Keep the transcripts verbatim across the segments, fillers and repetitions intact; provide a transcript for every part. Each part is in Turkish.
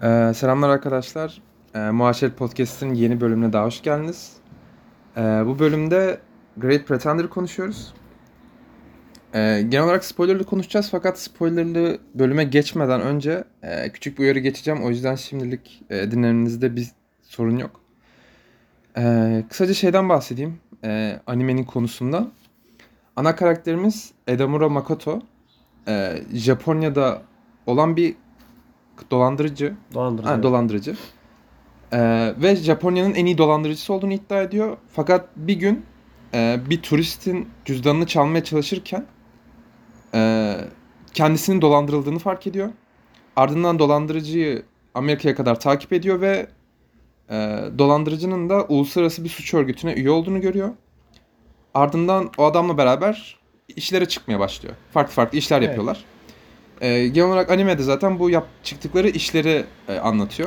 Ee, selamlar arkadaşlar. Ee, Muhaşeret Podcast'ın yeni bölümüne daha hoş geldiniz. Ee, bu bölümde Great Pretender'ı konuşuyoruz. Ee, genel olarak spoilerlı konuşacağız fakat spoilerlı bölüme geçmeden önce e, küçük bir uyarı geçeceğim. O yüzden şimdilik e, dinlemenizde bir sorun yok. Ee, kısaca şeyden bahsedeyim. Ee, animenin konusundan. Ana karakterimiz Edamura Makoto. Ee, Japonya'da olan bir dolandırıcı. Dolandırıcı. Ha, Evet. dolandırıcı. Ee, ve Japonya'nın en iyi dolandırıcısı olduğunu iddia ediyor. Fakat bir gün e, bir turistin cüzdanını çalmaya çalışırken e, kendisinin dolandırıldığını fark ediyor. Ardından dolandırıcıyı Amerika'ya kadar takip ediyor ve e, dolandırıcının da uluslararası bir suç örgütüne üye olduğunu görüyor. Ardından o adamla beraber işlere çıkmaya başlıyor. Farklı farklı işler Evet. yapıyorlar. E, genel olarak animede zaten bu yap çıktıkları işleri e, anlatıyor.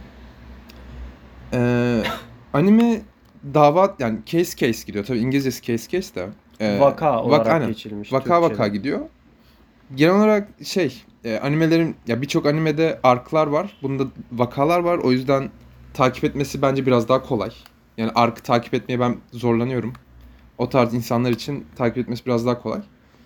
Ee, Anime dava yani case case gidiyor. Tabii İngilizcesi case case de. Ee, Vaka olarak aynen. geçirilmiş Vaka vaka Türkçe'de. gidiyor. Genel olarak şey e, animelerin ya birçok animede arklar var. Bunda vakalar var. O yüzden takip etmesi bence biraz daha kolay. Yani arkı takip etmeye ben zorlanıyorum. O tarz insanlar için takip etmesi biraz daha kolay.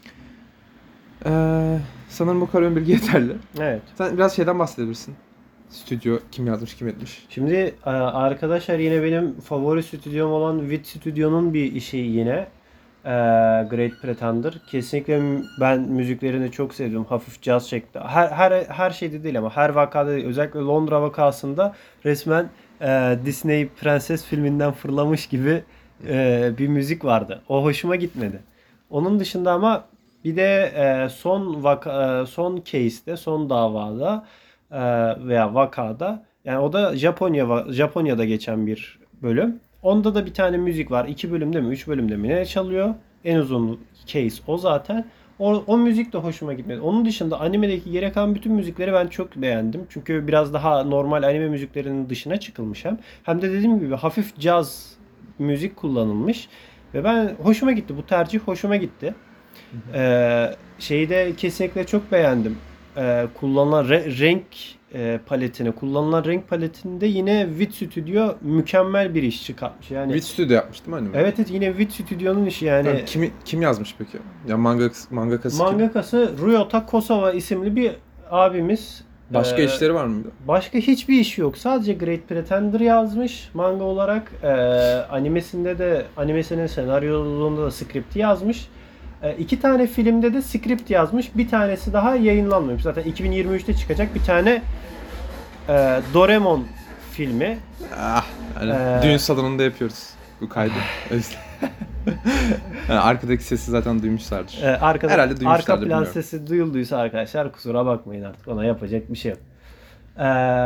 Ee, sanırım bu kadar ön bilgi yeterli. Evet. Sen biraz şeyden bahsedebilirsin. Stüdyo kim yazmış, kim etmiş? Şimdi e, arkadaşlar yine benim favori stüdyom olan Wit Stüdyo'nun bir işi yine. E, Great Pretender. Kesinlikle m- ben müziklerini çok sevdim. Hafif caz şeklinde. Her her her şeyde değil ama her vakada değil. Özellikle Londra vakasında resmen e, Disney Prenses filminden fırlamış gibi e, bir müzik vardı. O hoşuma gitmedi. Onun dışında ama bir de e, son vaka, e, son case'te, son davada e, veya vakada, yani o da Japonya va- Japonya'da geçen bir bölüm. Onda da bir tane müzik var. İki bölümde mi, üç bölümde mi ne çalıyor? En uzun case o zaten. O, o müzik de hoşuma gitmedi. Onun dışında animedeki geri kalan bütün müzikleri ben çok beğendim. Çünkü biraz daha normal anime müziklerinin dışına çıkılmış hem. Hem de dediğim gibi hafif caz müzik kullanılmış. Ve ben hoşuma gitti. Bu tercih hoşuma gitti. Ee, şeyi de kesinlikle çok beğendim. Ee, kullanılan re- renk e, paletini, kullanılan renk paletinde yine Wit Studio mükemmel bir iş çıkartmış. Yani Wit Studio yapmış değil mi anime? evet, evet, yine Wit Studio'nun işi yani. Yani kimi, kim yazmış peki? Ya manga mangakası kim? Mangakası Ryota Kosawa isimli bir abimiz. Başka Ee, işleri var mı? Başka hiçbir işi yok. Sadece Great Pretender yazmış manga olarak. Ee, animesinde de, animesinin senaryoluğunda da script'i yazmış. Ee, iki tane filmde de script yazmış. Bir tanesi daha yayınlanmamış. Zaten iki bin yirmi üçte çıkacak bir tane e, Doraemon filmi. Ah, yani Ee, düğün salonunda yapıyoruz bu kaydı. O yüzden. Yani arkadaki sesi zaten duymuşlardır. Ee, arkada, Herhalde duymuşlardır, arka plan bilmiyorum. sesi duyulduysa arkadaşlar kusura bakmayın, artık ona yapacak bir şey yok. Ee,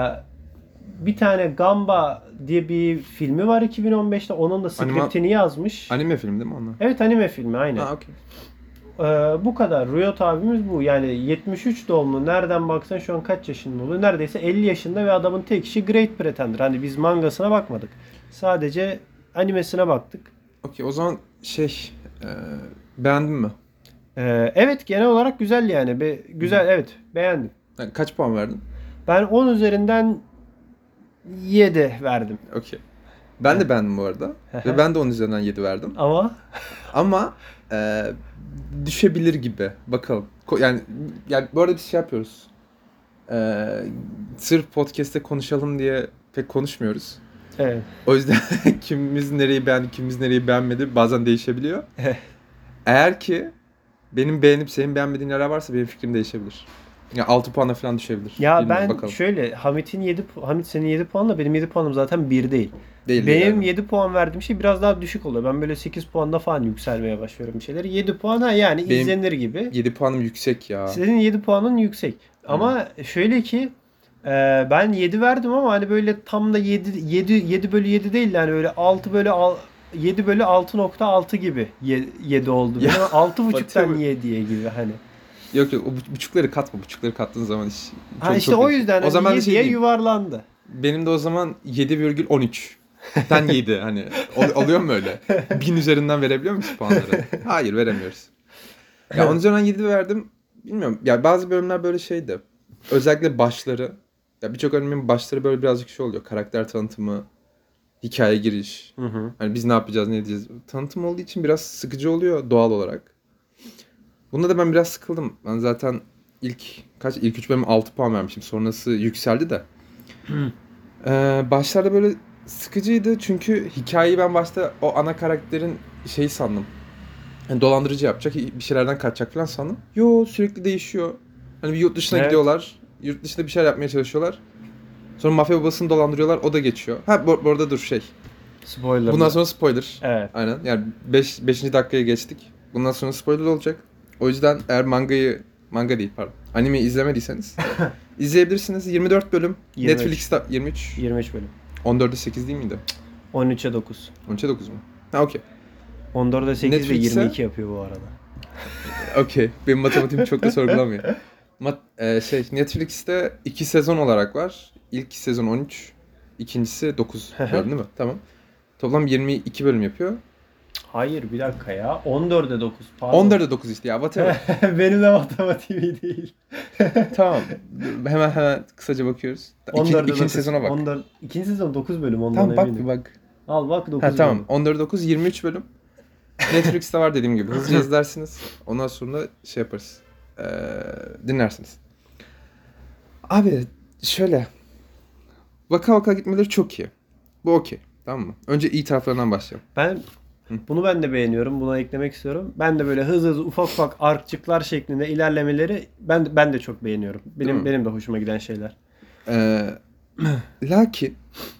bir tane Gamba diye bir filmi var iki bin on beşte. Onun da Anima- scriptini yazmış. Anime film değil mi onlar? Evet, anime filmi aynen. Ha, okey. Ee, bu kadar. Ryot abimiz bu. Yani yetmiş üç doğumlu. Nereden baksan şu an kaç yaşında oluyor? Neredeyse elli yaşında ve adamın tek işi Great Pretender. Hani biz mangasına bakmadık. Sadece animesine baktık. Okey, o zaman şey e, beğendin mi? Ee, evet, genel olarak güzel yani. Be- güzel, evet, beğendim. Yani kaç puan verdin? Ben on üzerinden yedi verdim. Okey. Ben de beğendim bu arada. Ve ben de onun üzerinden yedi verdim. Ama Ama e, düşebilir gibi. Bakalım. Ko- Yani yani bu arada biz şey yapıyoruz. E, sırf podcast'te konuşalım diye pek konuşmuyoruz. evet. O yüzden kimimiz nereyi beğendi, kimimiz nereyi beğenmedi bazen değişebiliyor. Eğer ki benim beğenip senin beğenmediğin yerler varsa benim fikrim değişebilir. Yani altı puana falan düşebilir. Ya Bilmiyorum, ben bakalım. şöyle, Hamit'in yedi pu- Hamit senin yedi puanla benim yedi puanım zaten bir değil. Değil Benim yani. yedi puan verdiğim şey biraz daha düşük oluyor. Ben böyle sekiz puanda falan yükselmeye başlıyorum bir şeyleri. yedi puan ha yani Benim izlenir gibi. yedi puanım yüksek ya. Senin yedi puanın yüksek. Ama şöyle ki e, ben yedi verdim ama hani böyle tam da yedi yedi yedi bölü yedi değil yani, böyle altı bölü yedi bölü altı nokta altı gibi yedi oldu. Ya, Benim altı Batıyor buçuktan mu? yediye gibi hani. Yok yok, o bu- buçukları katma. Buçukları kattığın zaman iş Ha çok işte çok o yüksek. yüzden O zaman hani da şey yediye diyeyim. yuvarlandı. Benim de o zaman yedi virgül on üç. Sen yedi hani. Ol, oluyor mu öyle? bin üzerinden verebiliyor musun puanları? Hayır, veremiyoruz. Ya onun üzerinden yedi verdim. Bilmiyorum. Ya bazı bölümler böyle şeydi. Özellikle başları Ya birçok animenin başları böyle birazcık şey oluyor. Karakter tanıtımı, hikaye giriş. Hı hı. Hani biz ne yapacağız, ne edeceğiz. Tanıtım olduğu için biraz sıkıcı oluyor doğal olarak. Bunda da ben biraz sıkıldım. Ben zaten ilk kaç ilk üç bölüm altı puan vermişim. Sonrası yükseldi de. Ee, başlarda böyle sıkıcıydı çünkü hikayeyi ben başta o ana karakterin şeyi sandım. Yani dolandırıcı yapacak, bir şeylerden kaçacak falan sandım. Yo, sürekli değişiyor. Hani bir yurt dışına Evet. gidiyorlar. Yurt dışında bir şeyler yapmaya çalışıyorlar. Sonra mafya babasını dolandırıyorlar, o da geçiyor. Ha bu, bu arada dur şey. Spoiler. Bundan sonra spoiler. Evet. Aynen. Yani beş beşinci dakikaya geçtik. Bundan sonra spoiler olacak. O yüzden eğer mangayı manga değil pardon. Animeyi izlemediyseniz izleyebilirsiniz. yirmi dört bölüm. yirmi üç. Netflix'te yirmi üç. yirmi üç bölüm. on dörde sekiz değil miydi? on üçe dokuz. on üçe dokuz mu? Ha okey. on dörde sekiz de Netflix'e- yirmi iki yapıyor bu arada. Okey. Benim matematiğim çok da sorgulamıyor. Mat e, şey Netflix'te iki sezon olarak var. İlk sezon on üç, ikincisi dokuz bölüm değil mi? Tamam. Toplam yirmi iki bölüm yapıyor. Hayır bir dakika ya. on dörde dokuz. Pardon. on dörde dokuz işte ya. Whatever. Benim de matematiğim iyi değil. Tamam. Hemen hemen kısaca bakıyoruz. İki, on dörde ikinci dokuz. sezona bak. on dört, ikinci sezon dokuz bölüm ondan Tamam bak eminim. bir bak. Al bak dokuz Ha tamam. bölüm. on dörde dokuz, yirmi üç bölüm. Netflix'te var dediğim gibi. Hızlıca izlersiniz. Ondan sonra şey yaparız. Ee, dinlersiniz. Abi şöyle. Vaka vaka gitmeleri çok iyi. Bu okey. Tamam mı? Önce iyi taraflarından başlayalım. Ben bunu ben de beğeniyorum. Buna eklemek istiyorum. Ben de böyle hızlı hızlı ufak ufak arkçıklar şeklinde ilerlemeleri ben de, ben de çok beğeniyorum. Değil Benim mi? benim de hoşuma giden şeyler. Ee, lakin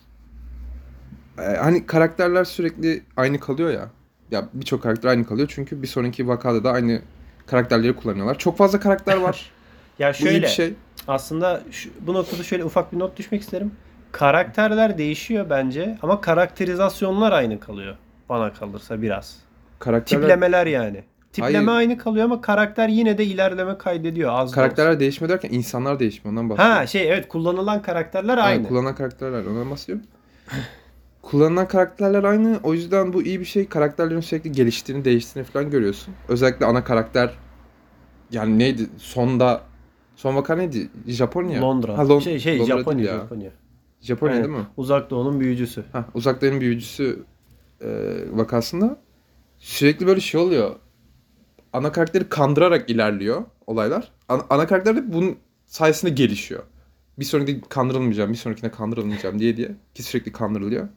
e, hani karakterler sürekli aynı kalıyor ya. Ya birçok karakter aynı kalıyor çünkü bir sonraki vakada da aynı karakterleri kullanıyorlar. Çok fazla karakter var. Ya Bu iyi şöyle bir şey. aslında şu, bu noktada şöyle ufak bir not düşmek isterim. Karakterler değişiyor bence ama karakterizasyonlar aynı kalıyor. Bana kalırsa biraz. Karakterler, Tiplemeler yani. Tipleme Hayır. aynı kalıyor ama karakter yine de ilerleme kaydediyor az da olsa. karakterler değişmiyor derken insanlar değişmiyor. Ondan bahsediyorum. Ha şey evet kullanılan karakterler Yani aynı. kullanılan karakterler ondan bahsediyorum. Kullanılan karakterler aynı. O yüzden bu iyi bir şey. Karakterlerin sürekli geliştiğini, değiştiğini falan görüyorsun. Özellikle ana karakter yani neydi? Sonda son vaka neydi? Japonya. Londra. Ha, Lon- şey şey Londra Japonya değil ya. Japonya. Japonya Aynen. değil mi? Uzak Doğu'nun büyücüsü. Ha, Uzak Doğu'nun büyücüsü e, vakasında sürekli böyle şey oluyor. Ana karakteri kandırarak ilerliyor olaylar. Ana, ana karakter de bunun sayesinde gelişiyor. Bir sonraki kandırılmayacağım, bir sonrakine kandırılmayacağım diye diye ki sürekli kandırılıyor.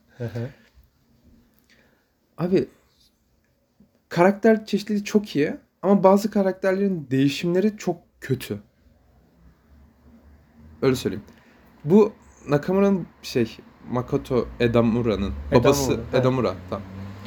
Abi karakter çeşitliliği çok iyi ama bazı karakterlerin değişimleri çok kötü. Öyle söyleyeyim. Bu Nakamura'nın şey Makoto Edamura'nın babası Edamura, evet. Edamura tamam.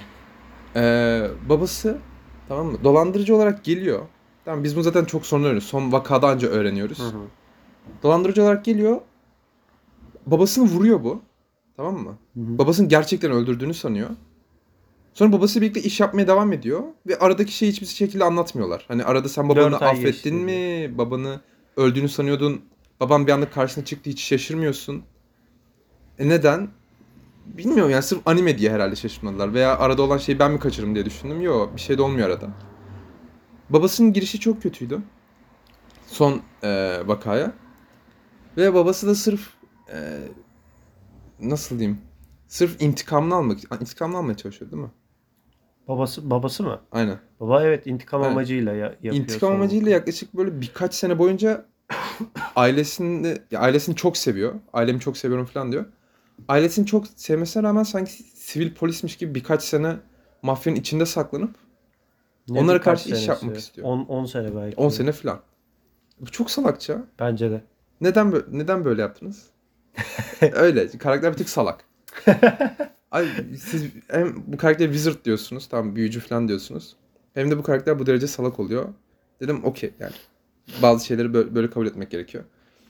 Ee, babası tamam mı? Dolandırıcı olarak geliyor. Tamam biz bunu zaten çok sonra öğreniyoruz. Son vakada anca öğreniyoruz. Hı hı. Dolandırıcı olarak geliyor. Babasını vuruyor bu. Tamam mı? Hı hı. Babasını gerçekten öldürdüğünü sanıyor. Sonra babasıyla birlikte iş yapmaya devam ediyor. Ve aradaki şeyi hiçbir şekilde anlatmıyorlar. Hani arada sen babanı Dört ay affettin geçti mi? Babanı öldüğünü sanıyordun. Baban bir anda karşına çıktı, hiç şaşırmıyorsun. E neden? Bilmiyorum yani sırf anime diye herhalde şaşırmadılar. Veya arada olan şeyi ben mi kaçırdım diye düşündüm. Yok bir şey de olmuyor arada. Babasının girişi çok kötüydü. Son e, vakaya. Ve babası da sırf e, nasıl diyeyim? Sırf intikamını almak, intikamını almaya çalışıyor değil mi? Babası babası mı? Aynen. Baba evet intikam Evet. amacıyla ya, yapıyor. İntikam sonra. amacıyla yaklaşık böyle birkaç sene boyunca ailesini ya ailesini çok seviyor. Ailemi çok seviyorum falan diyor. Ailesini çok sevmesine rağmen sanki sivil polismiş gibi birkaç sene mafyanın içinde saklanıp Ne onlara birkaç karşı iş senesi? yapmak istiyor. on on sene belki. on sene falan. Bu çok salakça. Bence de. Neden böyle, neden böyle yaptınız? Öyle. Karakter bir tık salak. Ay siz hem bu karakter wizard diyorsunuz. Tamam büyücü falan diyorsunuz. Hem de bu karakter bu derece salak oluyor. Dedim okey yani. Bazı şeyleri böyle, böyle kabul etmek gerekiyor.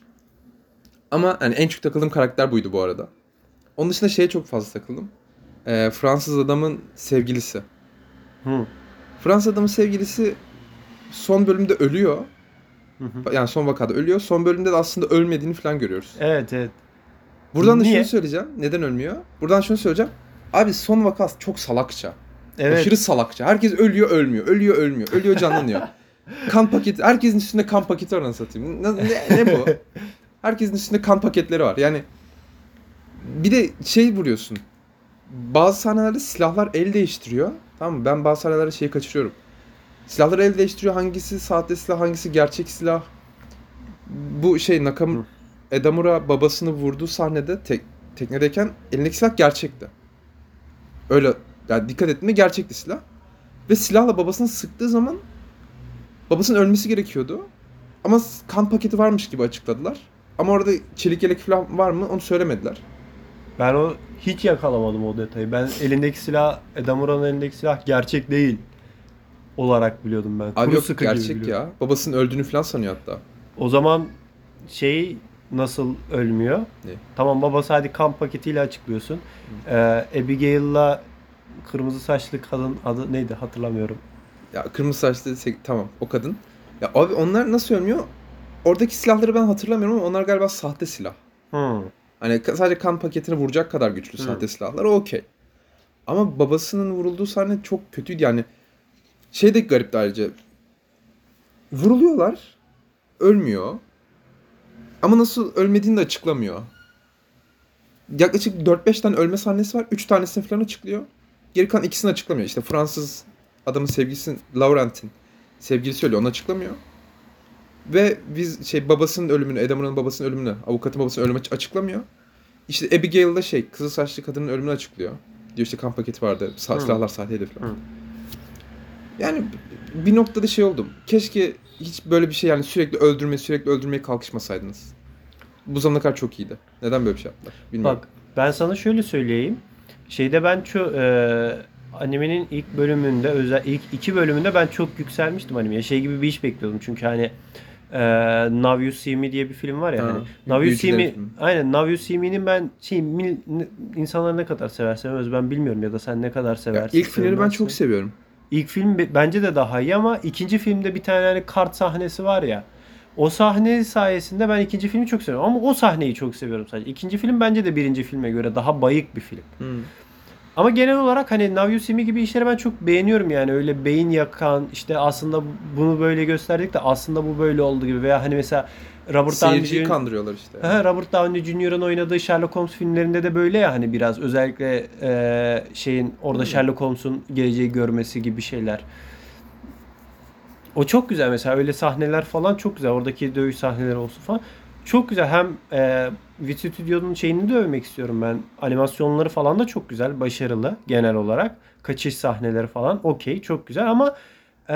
Ama yani en çok takıldığım karakter buydu bu arada. Onun dışında şeye çok fazla takıldım. Ee, Fransız adamın sevgilisi. Hı. Fransız adamın sevgilisi son bölümde ölüyor. Hı hı. Yani son vakada ölüyor. Son bölümde de aslında ölmediğini falan görüyoruz. Evet evet. Buradan da Niye? şunu söyleyeceğim. Neden ölmüyor? Buradan şunu söyleyeceğim. Abi son vaka çok salakça. Evet. Aşırı salakça. Herkes ölüyor ölmüyor. Ölüyor ölmüyor. Ölüyor canlanıyor. Kan paketi. Herkesin üstünde kan paketi var anasını satayım. Ne, ne, ne bu? Herkesin üstünde kan paketleri var. Yani bir de şey vuruyorsun. Bazı sahnelerde silahlar el değiştiriyor. Tamam mı? Ben bazı sahnelerde şeyi kaçırıyorum. Silahlar el değiştiriyor. Hangisi sahte silah, hangisi gerçek silah. Bu şey Nakam Hı. Edamura babasını vurduğu sahnede tek, teknedeyken elindeki silah gerçekti. Öyle yani dikkat ettiğimde gerçekti silah. Ve silahla babasını sıktığı zaman babasının ölmesi gerekiyordu. Ama kan paketi varmış gibi açıkladılar. Ama orada çelik yelek falan var mı onu söylemediler. Ben o hiç yakalamadım o detayı. Ben elindeki silah, Edamura'nın elindeki silah gerçek değil olarak biliyordum ben. Abi Kuru yok sıkı gibi gerçek biliyordum. ya. Babasının öldüğünü falan sanıyor hatta. O zaman şey nasıl ölmüyor? Ne? Tamam, babası hadi kan paketiyle açıklıyorsun. Ee, Abigail'la kırmızı saçlı kadın adı neydi hatırlamıyorum. Ya kırmızı saçlı sek- tamam o kadın. Ya abi onlar nasıl ölmüyor? Oradaki silahları ben hatırlamıyorum ama onlar galiba sahte silah. Hmm. Hani ka- sadece kan paketini vuracak kadar güçlü Hmm. sahte silahlar o okey. Ama babasının vurulduğu sahne çok kötüydü yani. Şey de garipti ayrıca. Vuruluyorlar. Ölmüyor. Ama nasıl ölmediğini de açıklamıyor. Yaklaşık dört beş tane ölme sahnesi var. üç tanesini falan açıklıyor. Geri kalan ikisini açıklamıyor. İşte Fransız adamın sevgilisi Laurent'in sevgilisi öyle onu açıklamıyor. Ve biz şey babasının ölümünü, Edamura'nın babasının ölümünü, avukatın babasının ölümünü açıklamıyor. İşte Abigail da şey, kızıl saçlı kadının ölümünü açıklıyor. Diyor işte kan paketi vardı, sa- Hmm. silahlar sahteydi falan. Hmm. Yani bir noktada şey oldum. Keşke hiç böyle bir şey yani sürekli öldürme, sürekli öldürmeye kalkışmasaydınız. Bu zamana kadar çok iyiydi. Neden böyle bir şey yaptılar? Bilmiyorum. Bak ben sana şöyle söyleyeyim. Şeyde ben şu e, animenin ilk bölümünde özel ilk iki bölümünde ben çok yükselmiştim animeye. Şey gibi bir iş bekliyordum çünkü hani e, Now You See Me diye bir film var ya Ha, hani. Now You See büyücülerin Me filmi. aynen Now You See Me'nin ben şey mil- n- insanlar ne kadar sever sevmez ben bilmiyorum ya da sen ne kadar Ya seversin ilk filmleri ben sevmezsin. çok seviyorum. İlk film be- bence de daha iyi ama ikinci filmde bir tane hani kart sahnesi var ya. O sahne sayesinde ben ikinci filmi çok seviyorum. Ama o sahneyi çok seviyorum sadece. İkinci film bence de birinci filme göre daha bayık bir film. Hmm. Ama genel olarak hani Now You See Me gibi işleri ben çok beğeniyorum yani. Öyle beyin yakan işte aslında bunu böyle gösterdik de aslında bu böyle oldu gibi. Veya hani mesela Robert Downey Seyirciyi Junior kandırıyorlar işte. Aha, Robert Downey Junior'ın oynadığı Sherlock Holmes filmlerinde de böyle ya hani biraz özellikle e, şeyin orada Hmm. Sherlock Holmes'un geleceği görmesi gibi şeyler. O çok güzel mesela öyle sahneler falan çok güzel. Oradaki dövüş sahneleri olsun falan. Çok güzel. Hem e, Wit Studio'nun şeyini de övmek istiyorum ben. Animasyonları falan da çok güzel. Başarılı genel olarak. Kaçış sahneleri falan okey çok güzel ama e,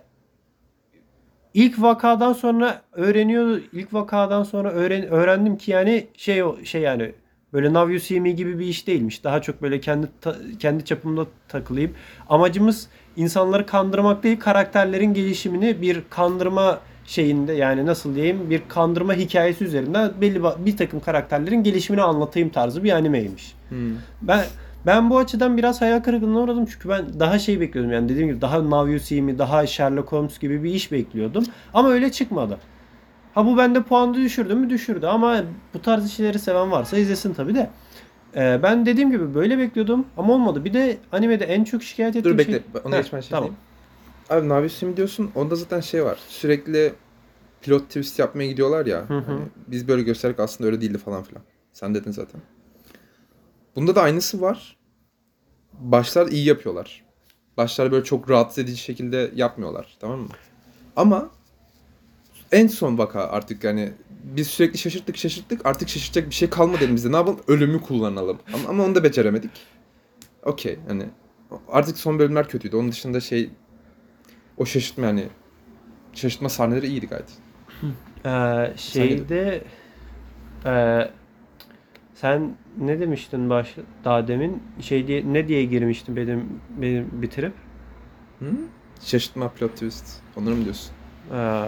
ilk vakadan sonra öğreniyor ilk vakadan sonra öğren, öğrendim ki yani şey o- şey yani böyle Now You See Me gibi bir iş değilmiş. Daha çok böyle kendi ta- kendi çapımda takılayım. Amacımız insanları kandırmak değil, karakterlerin gelişimini bir kandırma şeyinde yani nasıl diyeyim bir kandırma hikayesi üzerinden belli ba- bir takım karakterlerin gelişimini anlatayım tarzı bir animeymiş. Hmm. Ben ben bu açıdan biraz hayal kırıklığına uğradım çünkü ben daha şey bekliyordum yani dediğim gibi daha Now You See Me, daha Sherlock Holmes gibi bir iş bekliyordum ama öyle çıkmadı. Ha bu bende puanı düşürdü mü? Düşürdü ama bu tarz işleri seven varsa izlesin tabii de. Ee, ben dediğim gibi böyle bekliyordum ama olmadı. Bir de animede en çok şikayet ettiğim Dur bekle. şey... Onu Heh, geçmen şey tamam. diyeyim. Abi Navi Sim diyorsun. Onda zaten şey var. Sürekli pilot twist yapmaya gidiyorlar ya. Hı hı. Hani biz böyle gösterdik aslında öyle değildi falan filan. Sen dedin zaten. Bunda da aynısı var. Başlar iyi yapıyorlar. Başlar böyle çok rahatsız edici şekilde yapmıyorlar. Tamam mı? Ama en son vaka artık yani biz sürekli şaşırttık şaşırttık. Artık şaşırtacak bir şey kalmadı elimizde. Ne yapalım? Ölümü kullanalım. Ama, ama onu da beceremedik. Okey hani artık son bölümler kötüydü. Onun dışında şey o şaşırtma yani şaşırtma sahneleri iyiydi gayet. Ee, şeyde e, sen ne demiştin baş daha demin şey diye ne diye girmiştin benim benim bitirip Hı? Şaşırtma plot twist. Onları mı diyorsun? Ee,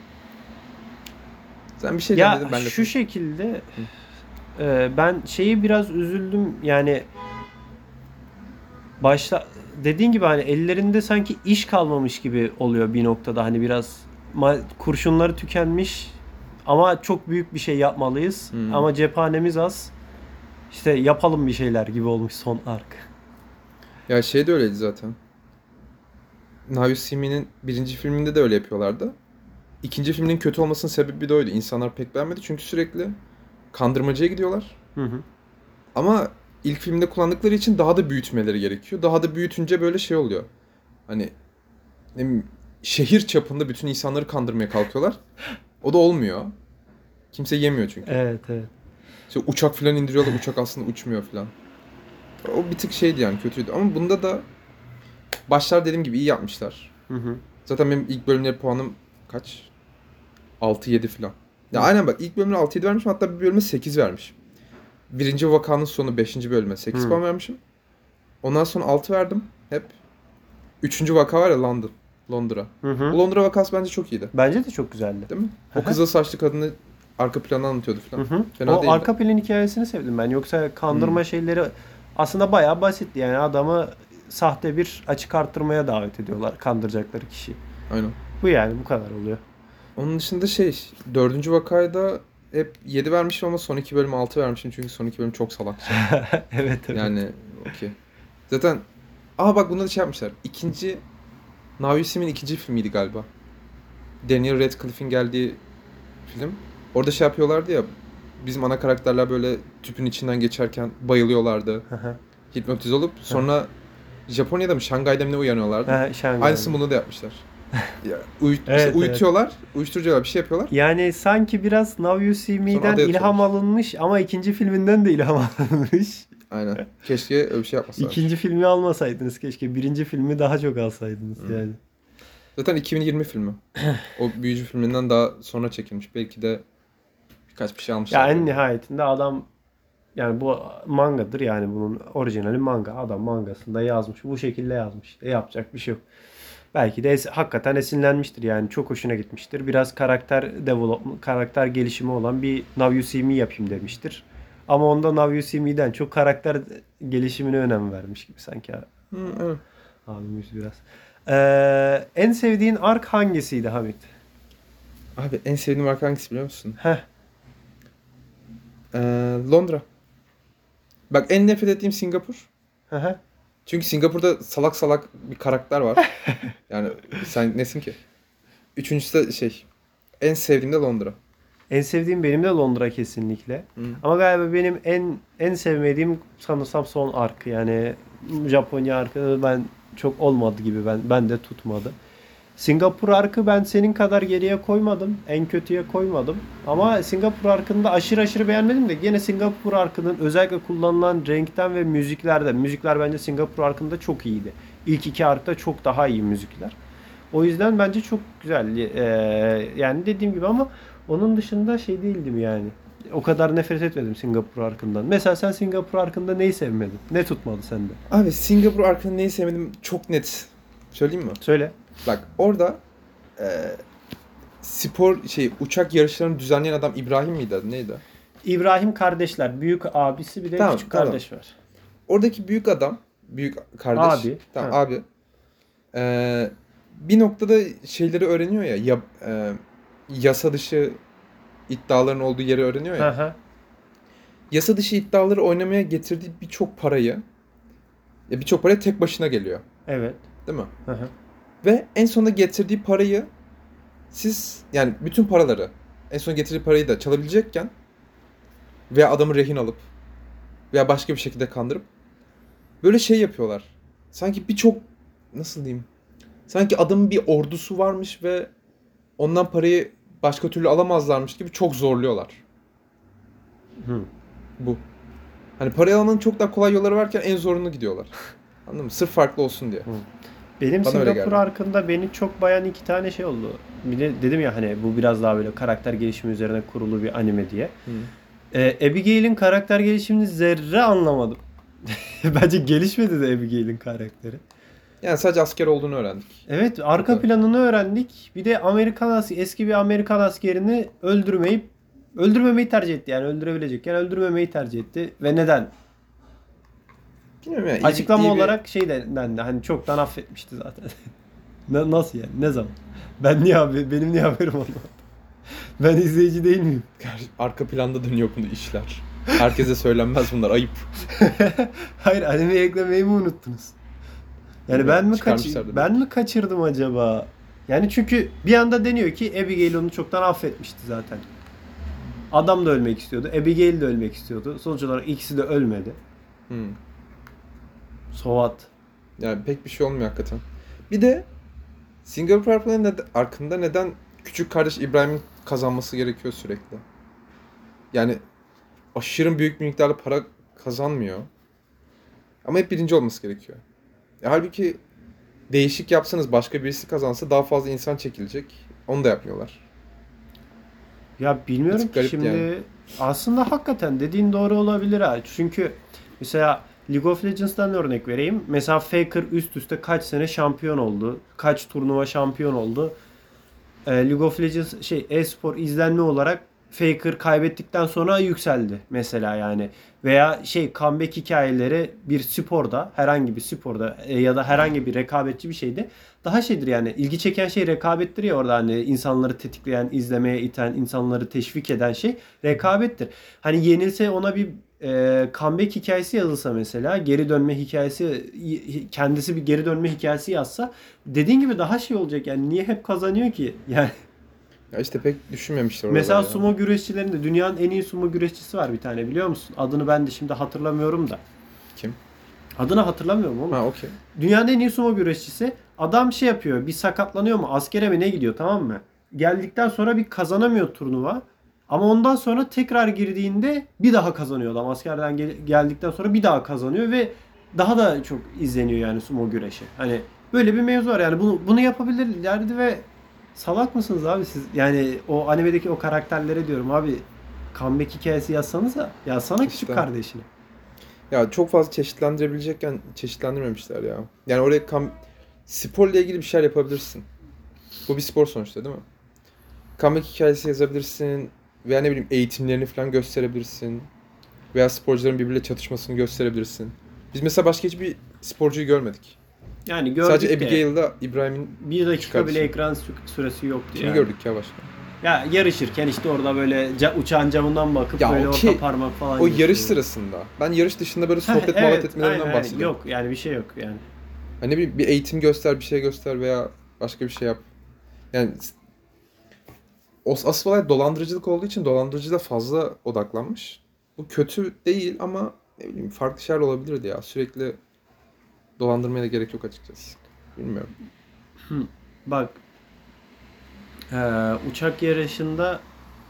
Sen bir şey ya dedin ben de. şu şekilde e, ben şeyi biraz üzüldüm yani başta dediğin gibi hani ellerinde sanki iş kalmamış gibi oluyor bir noktada hani biraz ma- kurşunları tükenmiş ama çok büyük bir şey yapmalıyız Hmm. ama cephanemiz az işte yapalım bir şeyler gibi olmuş son ark. Ya şey de öyleydi zaten. Now You See Me'nin birinci filminde de öyle yapıyorlardı. ikinci filminin kötü olmasının sebebi de oydu. İnsanlar pek beğenmedi çünkü sürekli kandırmacıya gidiyorlar. Hı hı. Ama ilk filmde kullandıkları için daha da büyütmeleri gerekiyor. Daha da büyütünce böyle şey oluyor. Hani ne bileyim, şehir çapında bütün insanları kandırmaya kalkıyorlar. O da olmuyor. Kimse yemiyor çünkü. Evet evet. İşte uçak falan indiriyorlar. Uçak aslında uçmuyor falan. O bir tık şeydi yani, kötüydü. Ama bunda da başlar dediğim gibi iyi yapmışlar. Hı hı. Zaten benim ilk bölümleri puanım kaç? altı yedi falan. Ya Hı. aynen bak, ilk bölümüne altı yedi vermişim, hatta bir bölüme sekiz vermişim. Birinci vakanın sonu beşinci bölüme sekiz Hı. puan vermişim. Ondan sonra altı verdim hep. Üçüncü vaka var ya, London. Londra. Hı hı. O Londra vakası bence çok iyiydi. Bence de çok güzeldi. Değil mi? Hı O hı. kızıl saçlı kadını arka planda anlatıyordu falan. Hı hı. Fena O değildi. arka plan hikayesini sevdim ben. Yoksa kandırma Hı. şeyleri aslında bayağı basitti. Yani adamı sahte bir açık arttırmaya davet ediyorlar kandıracakları kişi. Aynen. Bu yani bu kadar oluyor. Onun dışında şey, dördüncü vakaya da hep yedi vermişim ama son iki bölüme altı vermişim çünkü son iki bölüm çok salakça. Evet evet. Yani okey. Zaten aa bak, bunda da şey yapmışlar. İkinci Now You See Me'nin ikinci filmiydi galiba. Daniel Radcliffe'in geldiği film. Orada şey yapıyorlardı ya, bizim ana karakterler böyle tüpün içinden geçerken bayılıyorlardı. Hı hı. Hipnotiz olup sonra Japonya'da mı Şangay'da mı ne uyanıyorlardı. Ha, Şangay. Aynısını bunu da yapmışlar. Ya, uy- işte Evet, uyutuyorlar, uyuşturuyorlar, bir şey yapıyorlar. Yani sanki biraz Now You See Sonra Me'den adaya ilham atıyorlar. alınmış ama ikinci filminden de ilham alınmış. Aynen. Keşke öyle bir şey yapmasalar. İkinci filmi almasaydınız keşke. Birinci filmi daha çok alsaydınız Hı. yani. Zaten iki bin yirmi filmi. O büyücü filminden daha sonra çekilmiş. Belki de birkaç bir şey almışlar. Ya en nihayetinde adam yani bu mangadır yani bunun orijinali manga. Adam mangasında yazmış. Bu şekilde yazmış. E yapacak bir şey yok. Belki de es- hakikaten esinlenmiştir yani. Çok hoşuna gitmiştir. Biraz karakter development, karakter gelişimi olan bir Now You See Me yapayım demiştir. Ama onda Now You See Me'den çok karakter gelişimine önem vermiş gibi sanki abi. Hı, evet. Abimiz biraz. Ee, en sevdiğin ark hangisiydi Hamit? Abi en sevdiğim marka hangisi biliyor musun? Heh. Ee, Londra. Bak, en nefret ettiğim Singapur. Hı hı. Çünkü Singapur'da salak salak bir karakter var. Yani sen nesin ki? Üçüncüsü de şey. En sevdiğim de Londra. En sevdiğim benim de Londra kesinlikle. Hı. Ama galiba benim en en sevmediğim sanırsam son ark. Yani Japonya arkı ben çok olmadı gibi ben ben de tutmadı. Singapur arkı ben senin kadar geriye koymadım. En kötüye koymadım. Ama Singapur arkını da aşırı aşırı beğenmedim de gene Singapur arkının özellikle kullanılan renkten ve müziklerden. Müzikler bence Singapur arkında çok iyiydi. İlk iki arkta çok daha iyi müzikler. O yüzden bence çok güzel. Ee, yani dediğim gibi ama onun dışında şey değildim yani. O kadar nefret etmedim Singapur arkından. Mesela sen Singapur arkında neyi sevmedin? Ne tutmadı sende? Abi Singapur arkını neyi sevmedim çok net. Söyleyeyim mi? Söyle. Bak orada e, spor şey uçak yarışlarını düzenleyen adam İbrahim miydi adı, neydi? İbrahim kardeşler. Büyük abisi bir de Tamam, küçük tamam. kardeş var. Oradaki büyük adam, büyük kardeş. Abi, Tamam ha. abi. E, bir noktada şeyleri öğreniyor ya, ya e, yasa dışı iddiaların olduğu yeri öğreniyor ya. Hı hı. Yasa dışı iddiaları oynamaya getirdiği birçok parayı, ya birçok paraya tek başına geliyor. Evet. Değil mi? Hı hı. Ve en sonunda getirdiği parayı siz, yani bütün paraları, en son getirdiği parayı da çalabilecekken veya adamı rehin alıp veya başka bir şekilde kandırıp böyle şey yapıyorlar. Sanki birçok, nasıl diyeyim? Sanki adamın bir ordusu varmış ve ondan parayı başka türlü alamazlarmış gibi çok zorluyorlar. Hı. Bu. Hani parayı almanın çok daha kolay yolları varken en zorunu gidiyorlar. Anladın mı? Sırf farklı olsun diye. Hı. Benim Bana öyle Singapur geldi. arkında beni çok bayan iki tane şey oldu. Bir de dedim ya hani bu biraz daha böyle karakter gelişimi üzerine kurulu bir anime diye. Hı. Ee, Abigail'in karakter gelişimini zerre anlamadım. Bence gelişmedi de Abigail'in karakteri. Yani sadece asker olduğunu öğrendik. Evet, arka kadar. planını öğrendik. Bir de Amerikan as eski bir Amerikan askerini öldürmeyip öldürmemeyi tercih etti. Yani öldürebilecekken öldürmemeyi tercih etti. Ve neden? Bilmiyorum yani. iyi- Açıklama iyi bir- olarak şey de dendi. Hani çoktan affetmişti zaten. Na- Nasıl yani? Ne zaman? Ben niye abi? Benim niye haberim olmadı? Ben izleyici değil miyim? Arka planda dönüyor bunu işler. Herkese söylenmez bunlar. Ayıp. Hayır, animeye eklemeyi mi unuttunuz? Yani ben mi kaç Çıkarmışlardı ben mi kaçırdım acaba? Yani çünkü bir anda deniyor ki Abigail onu çoktan affetmişti zaten. Adam da ölmek istiyordu. Abigail de ölmek istiyordu. Sonuç olarak ikisi de ölmedi. Hmm. So what? Yani pek bir şey olmuyor hakikaten. Bir de Singapore Airplane'in neden, arkında neden küçük kardeş İbrahim'in kazanması gerekiyor sürekli? Yani aşırı büyük bir miktarda para kazanmıyor. Ama hep birinci olması gerekiyor. E, halbuki değişik yapsanız başka birisi kazansa daha fazla insan çekilecek. Onu da yapmıyorlar. Ya Bir bilmiyorum tık ki garip şimdi yani. aslında hakikaten dediğin doğru olabilir ha. Çünkü mesela League of Legends'tan örnek vereyim. Mesela Faker üst üste kaç sene şampiyon oldu. Kaç turnuva şampiyon oldu. Ee, League of Legends şey e-spor izlenme olarak Faker kaybettikten sonra yükseldi mesela yani. Veya şey comeback hikayeleri bir sporda, herhangi bir sporda e, ya da herhangi bir rekabetçi bir şeyde daha şeydir yani ilgi çeken şey rekabettir ya orada hani insanları tetikleyen, izlemeye iten, insanları teşvik eden şey rekabettir. Hani yenilse ona bir e, comeback hikayesi yazılsa mesela geri dönme hikayesi kendisi bir geri dönme hikayesi yazsa dediğin gibi daha şey olacak yani niye hep kazanıyor ki? Yani Ya işte pek düşünmemişler oralar mesela ya. sumo güreşçilerinde dünyanın en iyi sumo güreşçisi var bir tane biliyor musun? Adını ben de şimdi hatırlamıyorum da. Kim? Adını hatırlamıyorum oğlum. Ha okey. Dünyanın en iyi sumo güreşçisi. Adam şey yapıyor. Bir sakatlanıyor mu? Askere mi ne gidiyor tamam mı? Geldikten sonra bir kazanamıyor turnuva. Ama ondan sonra tekrar girdiğinde bir daha kazanıyor adam. Askerden gel- geldikten sonra bir daha kazanıyor ve daha da çok izleniyor yani sumo güreşi. Hani böyle bir mevzu var yani bunu bunu yapabilirlerdi ve salak mısınız abi siz? Yani o animedeki o karakterlere diyorum abi comeback hikayesi yazsanıza. Yazsana küçük İşte. kardeşini. Ya çok fazla çeşitlendirebilecekken çeşitlendirmemişler ya. Yani oraya kam sporla ilgili bir şeyler yapabilirsin. Bu bir spor sonuçta değil mi? Comeback hikayesi yazabilirsin. Veya ne bileyim eğitimlerini falan gösterebilirsin. Veya sporcuların birbiriyle çatışmasını gösterebilirsin. Biz mesela başka hiçbir sporcuyu görmedik. Yani Sadece gördük de Abigail'la İbrahim'in bir dakika çıkardışı. bile ekran sü- süresi yoktu kimi yani. gördük ya başka? Ya yarışırken işte orada böyle ca- uçağın camından bakıp Ya böyle okey, orta parmak falan o yarış gösteriyor. sırasında. Ben yarış dışında böyle Heh, sohbet muhabbet evet, etmelerinden aynen, bahsediyorum. yok yani bir şey yok yani. Hani bir, bir eğitim göster, bir şey göster veya başka bir şey yap. Yani o asıl olay dolandırıcılık olduğu için dolandırıcılığa fazla odaklanmış. Bu kötü değil ama ne bileyim farklı şeyler olabilirdi ya. Sürekli dolandırmaya da gerek yok açıkçası. Bilmiyorum. Bak eee, uçak yarışında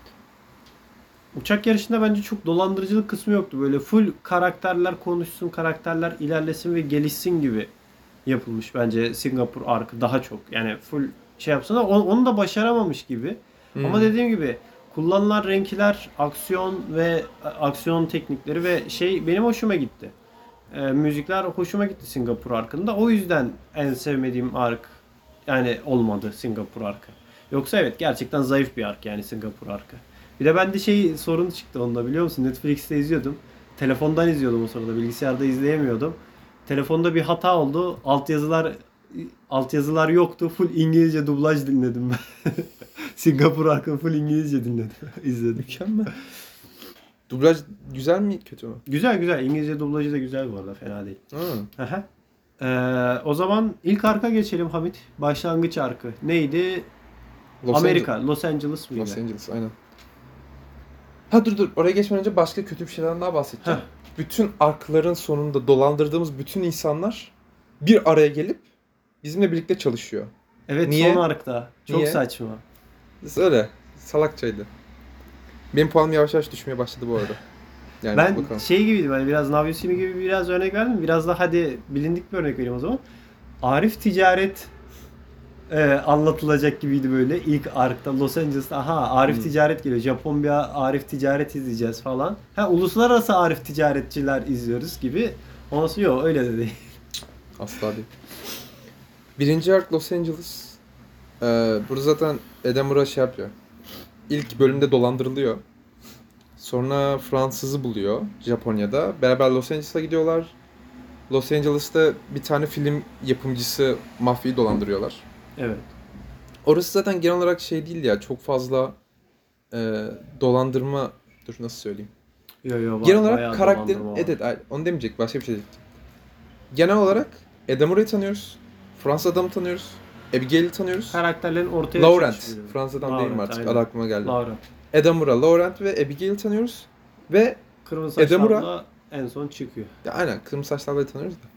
uçak yarışında bence çok dolandırıcılık kısmı yoktu. Böyle full karakterler konuşsun, karakterler ilerlesin ve gelişsin gibi yapılmış bence Singapur arkı daha çok. Yani full şey yapsın ama onu, onu da başaramamış gibi. Ama Hmm. dediğim gibi kullanılan renkler, aksiyon ve aksiyon teknikleri ve şey benim hoşuma gitti. Ee, müzikler hoşuma gitti Singapur arkında. O yüzden en sevmediğim ark yani olmadı Singapur arkı. Yoksa evet gerçekten zayıf bir ark yani Singapur arkı. Bir de bende şey sorun çıktı onda biliyor musun? Netflix'te izliyordum. Telefondan izliyordum o sırada. Bilgisayarda izleyemiyordum. Telefonda bir hata oldu. Altyazılar altyazılar yoktu. Full İngilizce dublaj dinledim ben. Singapur arkını full İngilizce dinledim. izledim. Mükemmel. Dublaj güzel mi kötü mü? Güzel güzel. İngilizce dublajı da güzel bu arada. Fena değil. Ha. Aha. Ee, o zaman ilk arka geçelim Hamit. Başlangıç arkı. Neydi? Los Amerika. Angeles. Los Angeles mıydı? Los Angeles aynen. Ha dur dur oraya geçmeden önce başka kötü bir şeyden daha bahsedeceğim. Heh. Bütün arkların sonunda dolandırdığımız bütün insanlar bir araya gelip bizimle birlikte çalışıyor. Evet Niye? son arkta. Çok Niye? saçma. Öyle. Salakçaydı. Benim puanım yavaş yavaş düşmeye başladı bu arada. Yani Ben bakalım. şey gibiydim hani biraz Navyusimi gibi biraz örnek verdim. Biraz da hadi bilindik bir örnek vereyim o zaman. Arif Ticaret e, anlatılacak gibiydi böyle ilk arkta Los Angeles'ta. Aha Arif Hmm. Ticaret geliyor. Japon bir Arif Ticaret izleyeceğiz falan. Ha uluslararası Arif Ticaretçiler izliyoruz gibi. Ondan sonra yok öyle de değil. Asla değil. Birinci ark Los Angeles. Ee, burada zaten Edinburgh şey yapıyor. İlk bölümde dolandırılıyor. Sonra Fransız'ı buluyor Japonya'da. Beraber Los Angeles'a gidiyorlar. Los Angeles'ta bir tane film yapımcısı mafyayı dolandırıyorlar. Evet. Orası zaten genel olarak şey değil ya. Çok fazla e, dolandırma... Dur nasıl söyleyeyim? Yo, yo, Genel bayağı olarak karakterin... dolandırma var. Evet, evet, hayır, onu demeyecek. Başka bir şey diyecektim. Genel olarak Edamura'yı tanıyoruz. Fransız adamı tanıyoruz. Abigail'i tanıyoruz. Karakterlerin ortaya Laurent. çıkışı. Fransa'dan Laurent, değilim artık. aynen. Adı aklıma geldi. Laurent. Edamura, Laurent ve Abigail'i tanıyoruz. Ve Kırmızı saçlı Edamura- abla en son çıkıyor. ya aynen kırmızı saçlı ablayı tanıyoruz da.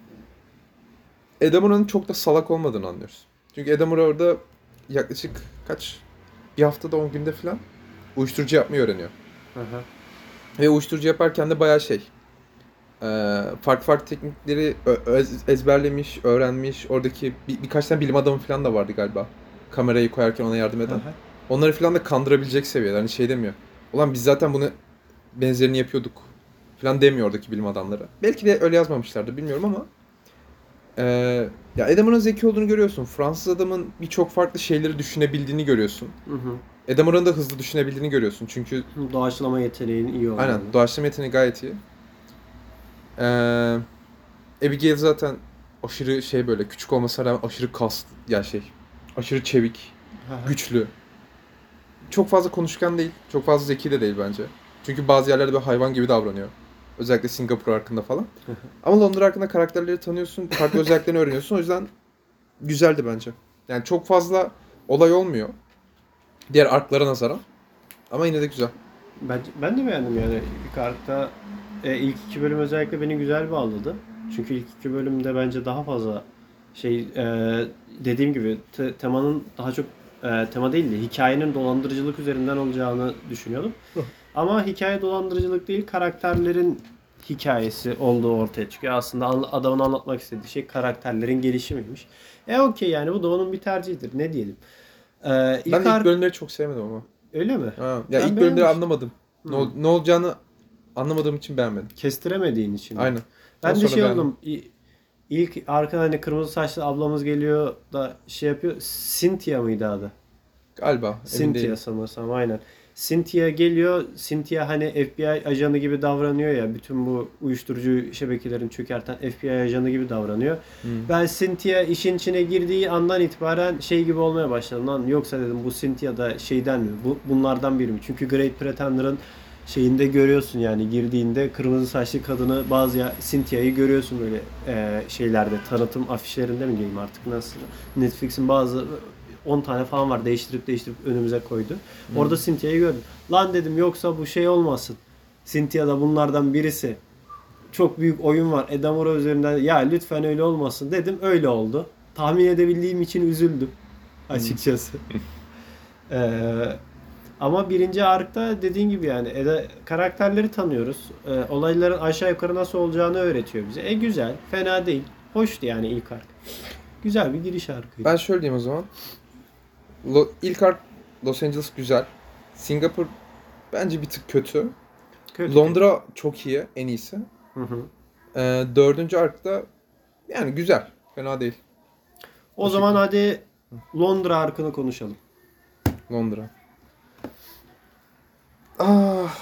Edamura'nın çok da salak olmadığını anlıyoruz. Çünkü Edamura orada yaklaşık kaç? Bir haftada on günde falan uyuşturucu yapmayı öğreniyor. Hı hı. Ve uyuşturucu yaparken de bayağı şey. e, farklı farklı teknikleri ö- öz- ezberlemiş, öğrenmiş. Oradaki bir, birkaç tane bilim adamı falan da vardı galiba. Kamerayı koyarken ona yardım eden. Hı hı. Onları falan da kandırabilecek seviyede. Hani şey demiyor. Ulan biz zaten bunu benzerini yapıyorduk falan demiyor oradaki bilim adamları. Belki de öyle yazmamışlardı bilmiyorum ama e, ya Edamura'nın zeki olduğunu görüyorsun. Fransız adamın birçok farklı şeyleri düşünebildiğini görüyorsun. Hı hı. Edamura'nın da hızlı düşünebildiğini görüyorsun. Çünkü Doğaçlama yeteneğin iyi olduğunu. aynen doğaçlama yeteneği gayet iyi. Ee, Abigail zaten aşırı şey böyle küçük olmasına rağmen aşırı kas ya şey aşırı çevik, Hı hı. güçlü. Çok fazla konuşkan değil, çok fazla zeki de değil bence. Çünkü bazı yerlerde böyle hayvan gibi davranıyor. Özellikle Singapur hakkında falan. Ama Londra hakkında karakterleri tanıyorsun, farklı özelliklerini öğreniyorsun. O yüzden güzeldi bence. Yani çok fazla olay olmuyor. Diğer arklara nazaran. Ama yine de güzel. Ben, ben de beğendim yani. İlk arka e, ilk iki bölüm özellikle beni güzel bağladı. Çünkü ilk iki bölümde bence daha fazla şey e, dediğim gibi te- temanın daha çok e, tema değil de hikayenin dolandırıcılık üzerinden olacağını düşünüyordum. Ama hikaye dolandırıcılık değil, karakterlerin hikayesi olduğu ortaya çıkıyor. Aslında an- adamın anlatmak istediği şey karakterlerin gelişimiymiş. E okey yani bu da onun bir tercihidir. Ne diyelim. E, ilk Ben de ilk ar- bölümleri çok sevmedim ama. Öyle mi? Ha, ya Ben ilk bölümleri beğenmiştim. anlamadım. Ne, ol- Hmm. ne olacağını anlamadığım için beğenmedim. Kestiremediğin için. Aynen. Ben Ondan de sonra şey beğendim. oldum. İ- İlk arkadan hani kırmızı saçlı ablamız geliyor da şey yapıyor. Cynthia mıydı adı? Galiba. Emin Cynthia değilim. sanırsam aynen. Cynthia geliyor. Cynthia hani F B I ajanı gibi davranıyor ya. Bütün bu uyuşturucu şebekelerini çökerten F B I ajanı gibi davranıyor. Hmm. Ben Cynthia işin içine girdiği andan itibaren şey gibi olmaya başladım. Lan yoksa dedim bu Cynthia da şeyden mi? Bu, bunlardan biri mi? Çünkü Great Pretender'ın şeyinde görüyorsun yani girdiğinde kırmızı saçlı kadını bazı ya, Cynthia'yı görüyorsun böyle e, şeylerde tanıtım afişlerinde mi diyeyim artık nasıl Netflix'in bazı on tane falan var değiştirip değiştirip önümüze koydu. Hmm. Orada Cynthia'yı gördüm. Lan dedim yoksa bu şey olmasın. Cynthia da bunlardan birisi. Çok büyük oyun var. Edamura üzerinden ya lütfen öyle olmasın dedim. Öyle oldu. Tahmin edebildiğim için üzüldüm açıkçası. Eee ama birinci arkta dediğin gibi yani Eda, karakterleri tanıyoruz. Ee, olayların aşağı yukarı nasıl olacağını öğretiyor bize. E güzel, fena değil. Hoştu yani ilk ark. Güzel bir giriş arkaydı. Ben şöyle diyeyim o zaman. Lo- ilk ark Los Angeles güzel. Singapur bence bir tık kötü. Kötü Londra çok iyi, en iyisi. Hı hı. Ee, dördüncü arkta yani güzel. Fena değil. O O zaman şekilde. hadi Londra arkını konuşalım. Londra. Ah.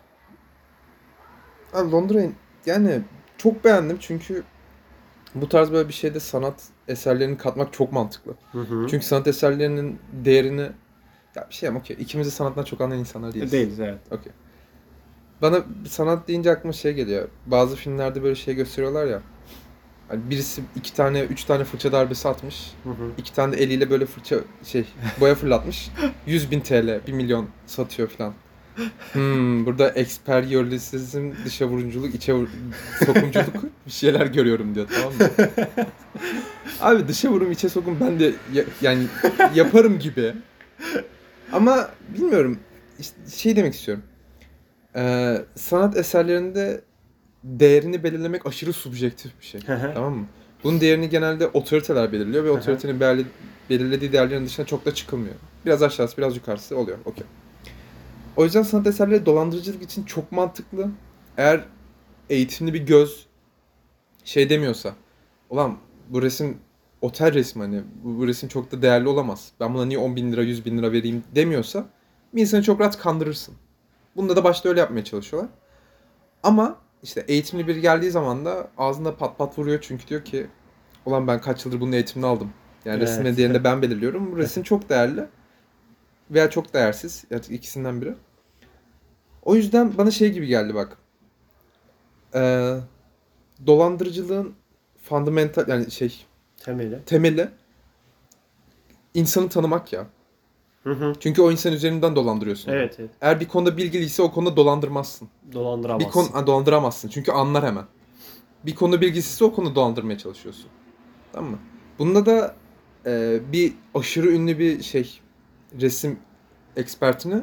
Abi Londra'yı yani çok beğendim çünkü bu tarz böyle bir şeyde sanat eserlerini katmak çok mantıklı. Hı hı. Çünkü sanat eserlerinin değerini ya bir şey ama okey. İkimiz de sanattan çok anlayan insanlar değiliz. Değiliz evet. Okey. Bana sanat deyince aklıma şey geliyor. Bazı filmlerde böyle şey gösteriyorlar ya. Hani birisi iki tane, üç tane fırça darbesi atmış. Hı hı. İki tane de eliyle böyle fırça şey boya fırlatmış. yüz bin T L, bir milyon satıyor falan. Hmm, burada eksperyolizm, dışa vurumculuk, içe vur- sokumculuk bir şeyler görüyorum diyor, tamam mı? Abi dışa vurum, içe sokum ben de ya- yani yaparım gibi. Ama bilmiyorum. İşte şey demek istiyorum. Ee, sanat eserlerinde değerini belirlemek aşırı subjektif bir şey. Hı hı. Tamam mı? Bunun değerini genelde otoriteler belirliyor ve Hı hı. otoritenin belirli- belirlediği değerlerin dışına çok da çıkılmıyor. Biraz aşağısı, biraz yukarısı oluyor. Okey. O yüzden sanat eserleri dolandırıcılık için çok mantıklı. Eğer eğitimli bir göz şey demiyorsa, ulan bu resim otel resmi, hani bu, bu resim çok da değerli olamaz. Ben buna niye on bin lira, yüz bin lira vereyim demiyorsa bir insanı çok rahat kandırırsın. Bunda da başta öyle yapmaya çalışıyorlar. Ama işte eğitimli biri geldiği zaman da ağzında pat pat vuruyor çünkü diyor ki ulan ben kaç yıldır bunun eğitimini aldım. Yani Evet. resmin değerini de ben belirliyorum. Bu resim çok değerli veya çok değersiz. Ya ikisinden biri. O yüzden bana şey gibi geldi bak. Ee, dolandırıcılığın fundamental yani şey Temeli. temeli insanı tanımak ya. Hı hı. Çünkü o insan üzerinden dolandırıyorsun onu. Evet, evet. Eğer bir konuda bilgiliyse o konuda dolandırmazsın. Bir Dolandıramazsın. konu ha, dolandıramazsın çünkü anlar hemen. Bir konuda bilgisizse o konuda dolandırmaya çalışıyorsun. Tamam mı? Bunda da e, bir aşırı ünlü bir şey resim ekspertini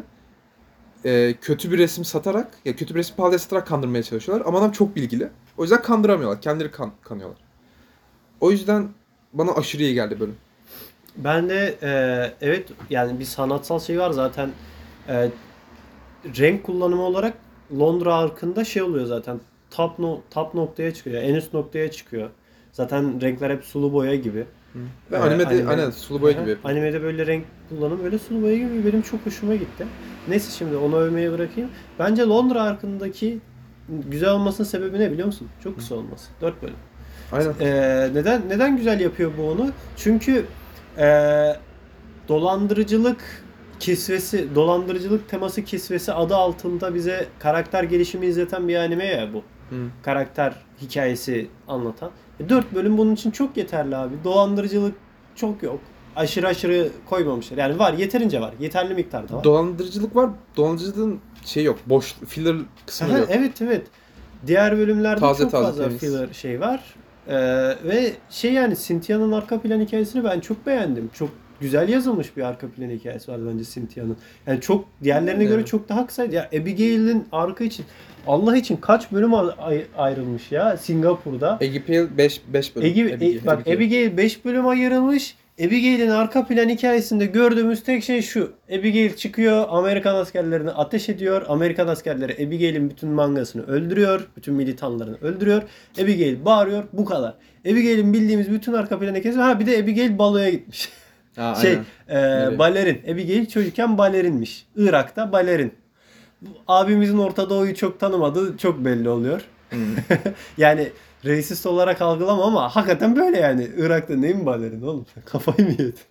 e, kötü bir resim satarak ya kötü bir resim pahalıya satarak kandırmaya çalışıyorlar. Ama adam çok bilgili. O yüzden kandıramıyorlar. Kendileri kan, kanıyorlar. O yüzden bana aşırı iyi geldi bölüm. Ben de e, evet yani bir sanatsal şey var zaten. E, renk kullanımı olarak Londra Arkı'nda şey oluyor zaten. Top, no, top noktaya çıkıyor. En üst noktaya çıkıyor. Zaten renkler hep sulu boya gibi. Ve Ee, animede anime- aynen sulu boya Aha, gibi yapıyor. Animede böyle renk kullanımı böyle sulu boya gibi benim çok hoşuma gitti. Neyse şimdi onu övmeye bırakayım. Bence Londra Arkı'ndaki güzel olmasının sebebi ne biliyor musun? Çok kısa olması. Dört bölüm. Aynen. Ee, neden neden güzel yapıyor bu onu? Çünkü ee, dolandırıcılık kisvesi, dolandırıcılık teması kisvesi adı altında bize karakter gelişimi izleten bir anime ya bu. Hı. Karakter hikayesi anlatan. E, dört bölüm bunun için çok yeterli abi. Dolandırıcılık çok yok. Aşırı aşırı koymamışlar. Yani var, yeterince var. Yeterli miktarda var. Dolandırıcılık var. Dolandırıcılığın şey yok. Boş filler kısmı Aha, yok. evet evet. Diğer bölümlerde Taze çok taze, fazla temiz. filler şey var. Ee, ve şey yani Cynthia'nın arka plan hikayesini ben çok beğendim. Çok güzel yazılmış bir arka plan hikayesi var bence Cynthia'nın. Yani çok diğerlerine Evet. göre çok daha kısaydı. Ya Abigail'in arka için Allah için kaç bölüm ay- ayrılmış ya Singapur'da. Abigail beş beş bölüm. Egi, Abigail, e, bak Abigail beş bölüm ayrılmış. Abigail'in arka plan hikayesinde gördüğümüz tek şey şu. Abigail çıkıyor, Amerikan askerlerini ateş ediyor. Amerikan askerleri Abigail'in bütün mangasını öldürüyor. Bütün militanlarını öldürüyor. Abigail bağırıyor. Bu kadar. Abigail'in bildiğimiz bütün arka plan hikayesi. Ha bir de Abigail baloya gitmiş. Ha, şey, aynen. e, balerin. Abigail çocukken balerinmiş. Irak'ta balerin. Abimizin Orta Doğu'yu çok tanımadığı çok belli oluyor. Hmm. Yani racist olarak algılama ama hakikaten böyle yani. Irak'ta neyin balerin oğlum? Kafayı mı yedin?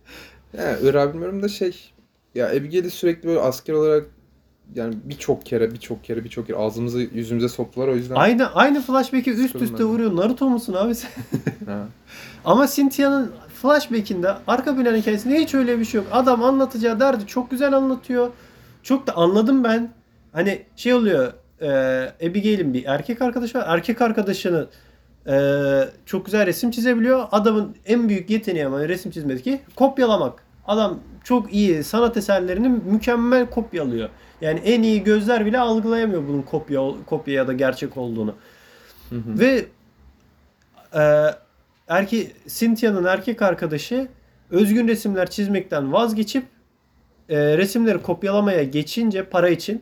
Ya Irak bilmiyorum da şey ya Abigail'i sürekli böyle asker olarak yani birçok kere birçok kere birçok kere ağzımızı yüzümüze soktular o yüzden. Aynı aynı flashback'i üst Sıkıldım üste ben de. vuruyor. Naruto musun abi sen? Ha. Ama Cynthia'nın flashback'inde arka plan hikayesinde hiç öyle bir şey yok. Adam anlatacağı derdi çok güzel anlatıyor. Çok da anladım ben. Hani şey oluyor. E, Abigail'in bir erkek arkadaşı var. Erkek arkadaşını e, çok güzel resim çizebiliyor. Adamın en büyük yeteneği ama resim çizmedeki kopyalamak. Adam çok iyi sanat eserlerini mükemmel kopyalıyor. Yani en iyi gözler bile algılayamıyor bunun kopya kopya ya da gerçek olduğunu. Hı hı. Ve e, erke Cynthia'nın erkek arkadaşı özgün resimler çizmekten vazgeçip e, resimleri kopyalamaya geçince para için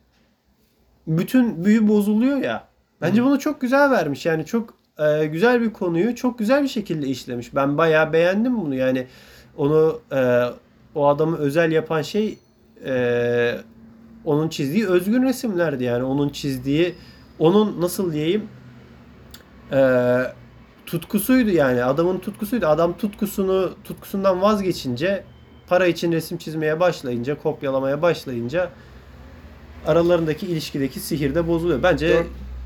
bütün büyü bozuluyor ya. Bence Hı. bunu çok güzel vermiş. Yani çok e, güzel bir konuyu çok güzel bir şekilde işlemiş. Ben bayağı beğendim bunu. Yani onu e, o adamı özel yapan şey e, onun çizdiği özgün resimlerdi. Yani onun çizdiği onun nasıl diyeyim e, tutkusuydu yani. Adamın tutkusuydu. Adam tutkusunu tutkusundan vazgeçince para için resim çizmeye başlayınca, kopyalamaya başlayınca aralarındaki ilişkideki sihir de bozuluyor. Bence Doğru.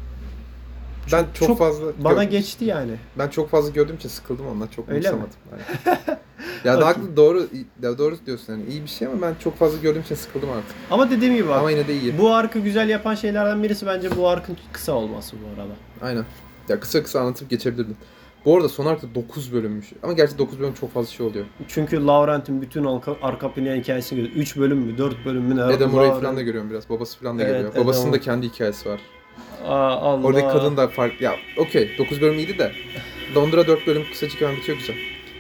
Ben çok, çok fazla bana gör- geçti yani. ben çok fazla gördüğüm için sıkıldım ondan çok Öyle mi? umursamadım. Yani. Ya da Okey. haklı doğru ya doğru diyorsun yani iyi bir şey ama ben çok fazla gördüğüm için sıkıldım artık. Ama dediğim gibi bak, Ama yine de iyi. bu arkı güzel yapan şeylerden birisi bence bu arkın kısa olması bu arada. Aynen. Ya kısa kısa anlatıp geçebilirdim. Bu arada son arkta dokuz bölümmüş. Ama gerçi dokuz bölüm çok fazla şey oluyor. Çünkü Laurent'in bütün arka, arka plan hikayesini görüyoruz. üç bölüm mü, dört bölüm mü ne? Adam Murray Laurent- falan da görüyorum biraz. Babası falan da Evet, geliyor. Adam- Babasının da kendi hikayesi var. Aa, Allah. Oradaki kadın da farklı. Ya okey dokuz bölüm iyiydi de. Londra dört bölüm kısacık hemen bitiyor güzel.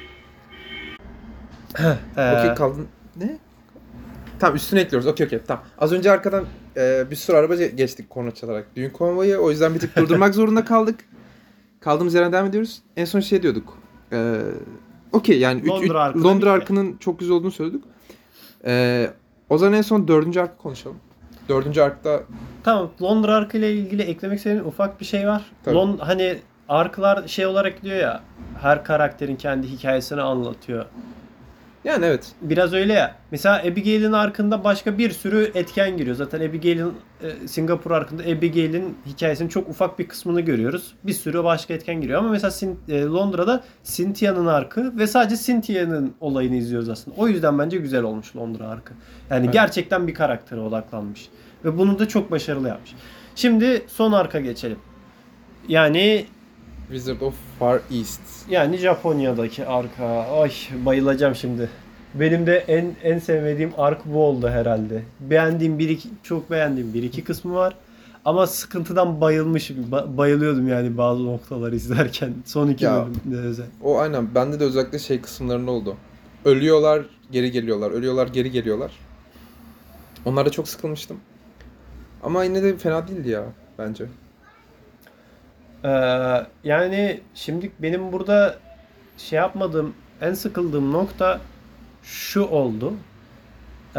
Ee, Okey kaldın. Ne? Tamam üstüne ekliyoruz. Okey okey tamam. Az önce arkadan e, bir sürü araba ge- geçtik korna çalarak. Düğün konvoyu o yüzden bir tık durdurmak zorunda kaldık. Kaldığımız yerden devam ediyoruz. En son şey diyorduk. E, okey yani üç- Londra üç- arkada Londra bitti. arkının çok güzel olduğunu söyledik. E, o zaman en son dördüncü arkı konuşalım. Dördüncü arkta Tamam, Londra arkı ile ilgili eklemek istediğim ufak bir şey var. Tabii. Lon hani arklar şey olarak diyor ya, her karakterin kendi hikayesini anlatıyor. Yani evet. Biraz öyle ya. Mesela Abigail'in arkında başka bir sürü etken giriyor. Zaten Abigail'in e, Singapur arkında Abigail'in hikayesinin çok ufak bir kısmını görüyoruz. Bir sürü başka etken giriyor. Ama mesela Sin- e, Londra'da Cynthia'nın arkı ve sadece Cynthia'nın olayını izliyoruz aslında. O yüzden bence güzel olmuş Londra arkı. Yani Evet. gerçekten bir karaktere odaklanmış. Ve bunu da çok başarılı yapmış. Şimdi son arka geçelim. Yani Wizard of Far East. yani Japonya'daki arka. Ay bayılacağım şimdi. Benim de en en sevmediğim ark bu oldu herhalde. Beğendiğim bir iki, çok beğendiğim bir iki kısmı var. Ama sıkıntıdan bayılmışım. Ba- bayılıyordum yani bazı noktaları izlerken. Son iki Ya. bölümde özel. O aynen. Bende de özellikle şey kısımlarında oldu. Ölüyorlar, geri geliyorlar. Ölüyorlar, geri geliyorlar. Onlarda çok sıkılmıştım. Ama yine de fena değildi ya bence. Ee, yani şimdi benim burada şey yapmadığım, en sıkıldığım nokta şu oldu. Ee,